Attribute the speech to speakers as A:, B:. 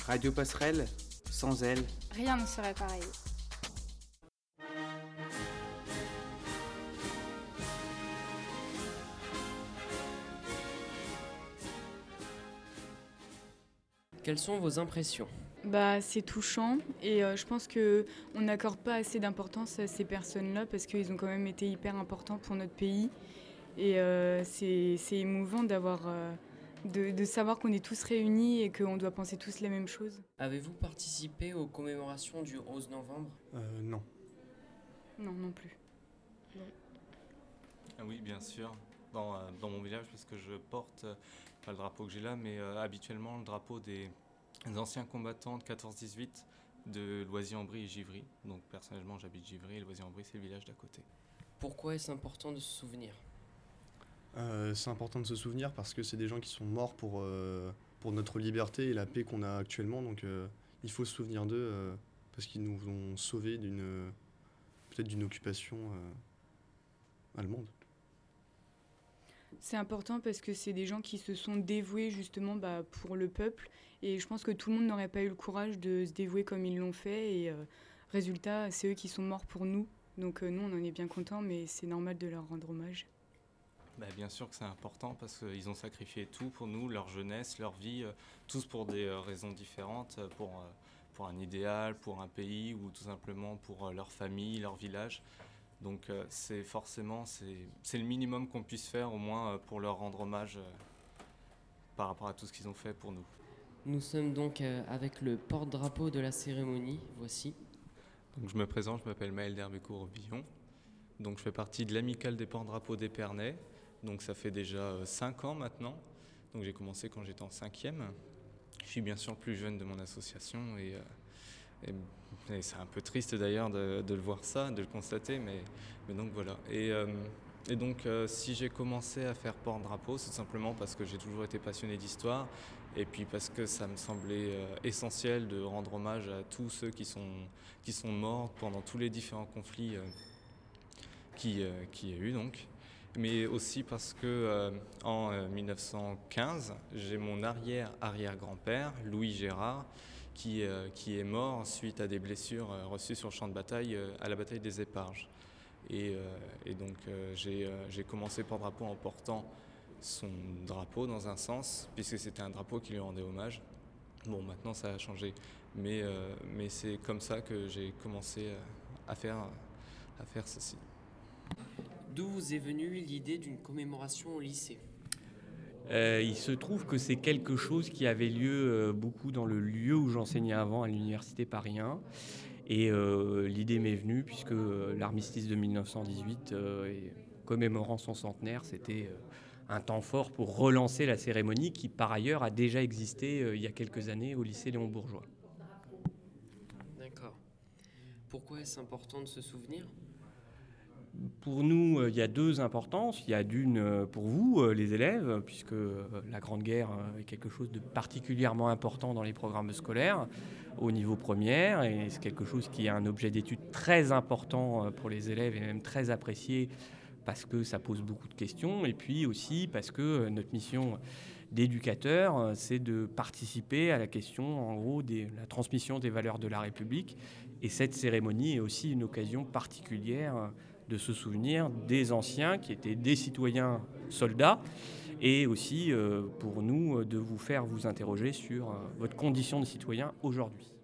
A: Radio Passerelle, sans elle.
B: Rien ne serait pareil.
C: Quelles sont vos impressions ?
B: C'est touchant et je pense qu'on n'accorde pas assez d'importance à ces personnes-là parce qu'ils ont quand même été hyper importants pour notre pays. Et c'est émouvant de savoir qu'on est tous réunis et qu'on doit penser tous la même chose.
C: Avez-vous participé aux commémorations du 11 novembre ?
D: Non.
B: Non plus.
E: Ah oui, bien sûr. Dans mon village, parce que je porte, pas le drapeau que j'ai là, mais habituellement le drapeau des anciens combattants de 14-18 de Loisy-en-Brie et Givry. Donc personnellement, j'habite Givry et Loisy-en-Brie, c'est le village d'à côté.
C: Pourquoi est-ce important de se souvenir ?
D: C'est important de se souvenir parce que c'est des gens qui sont morts pour notre liberté et la paix qu'on a actuellement. Donc il faut se souvenir d'eux parce qu'ils nous ont sauvés peut-être d'une occupation allemande.
B: C'est important parce que c'est des gens qui se sont dévoués justement pour le peuple. Et je pense que tout le monde n'aurait pas eu le courage de se dévouer comme ils l'ont fait. Et résultat, c'est eux qui sont morts pour nous. Donc nous, on en est bien contents, mais c'est normal de leur rendre hommage.
E: Bien sûr que c'est important parce qu'ils ont sacrifié tout pour nous, leur jeunesse, leur vie, tous pour des raisons différentes, pour un idéal, pour un pays ou tout simplement pour leur famille, leur village. Donc c'est le minimum qu'on puisse faire au moins pour leur rendre hommage par rapport à tout ce qu'ils ont fait pour nous.
C: Nous sommes donc avec le porte-drapeau de la cérémonie, voici.
E: Donc je me présente, je m'appelle Maël d'Herbécourt-Robillon. Donc je fais partie de l'amicale des porte-drapeaux d'Épernay. Donc ça fait déjà 5 ans maintenant. Donc j'ai commencé quand j'étais en 5e. Je suis bien sûr le plus jeune de mon association et c'est un peu triste d'ailleurs de le voir ça, de le constater, mais donc voilà. Et donc si j'ai commencé à faire porte-drapeau, c'est simplement parce que j'ai toujours été passionné d'histoire et puis parce que ça me semblait essentiel de rendre hommage à tous ceux qui sont morts pendant tous les différents conflits qu'il y a eu donc. Mais aussi parce que en 1915, j'ai mon arrière-grand-père, Louis Gérard, qui est mort suite à des blessures reçues sur le champ de bataille à la bataille des Éparges. Et donc j'ai commencé porte-drapeau en portant son drapeau dans un sens, puisque c'était un drapeau qui lui rendait hommage. Bon, maintenant ça a changé, mais c'est comme ça que j'ai commencé à faire ceci.
C: D'où vous est venue l'idée d'une commémoration au lycée ?
F: Il se trouve que c'est quelque chose qui avait lieu beaucoup dans le lieu où j'enseignais avant, à l'université Paris 1. Et l'idée m'est venue puisque l'armistice de 1918, commémorant son centenaire, c'était un temps fort pour relancer la cérémonie qui, par ailleurs, a déjà existé il y a quelques années au lycée Léon Bourgeois.
C: D'accord. Pourquoi est-ce important de se souvenir ?
F: Pour nous, il y a deux importances. Il y a d'une pour vous, les élèves, puisque la Grande Guerre est quelque chose de particulièrement important dans les programmes scolaires au niveau première, et c'est quelque chose qui est un objet d'étude très important pour les élèves et même très apprécié parce que ça pose beaucoup de questions, et puis aussi parce que notre mission d'éducateur, c'est de participer à la question, en gros, de la transmission des valeurs de la République. Et cette cérémonie est aussi une occasion particulière de se souvenir des anciens qui étaient des citoyens soldats et aussi pour nous de vous faire vous interroger sur votre condition de citoyen aujourd'hui.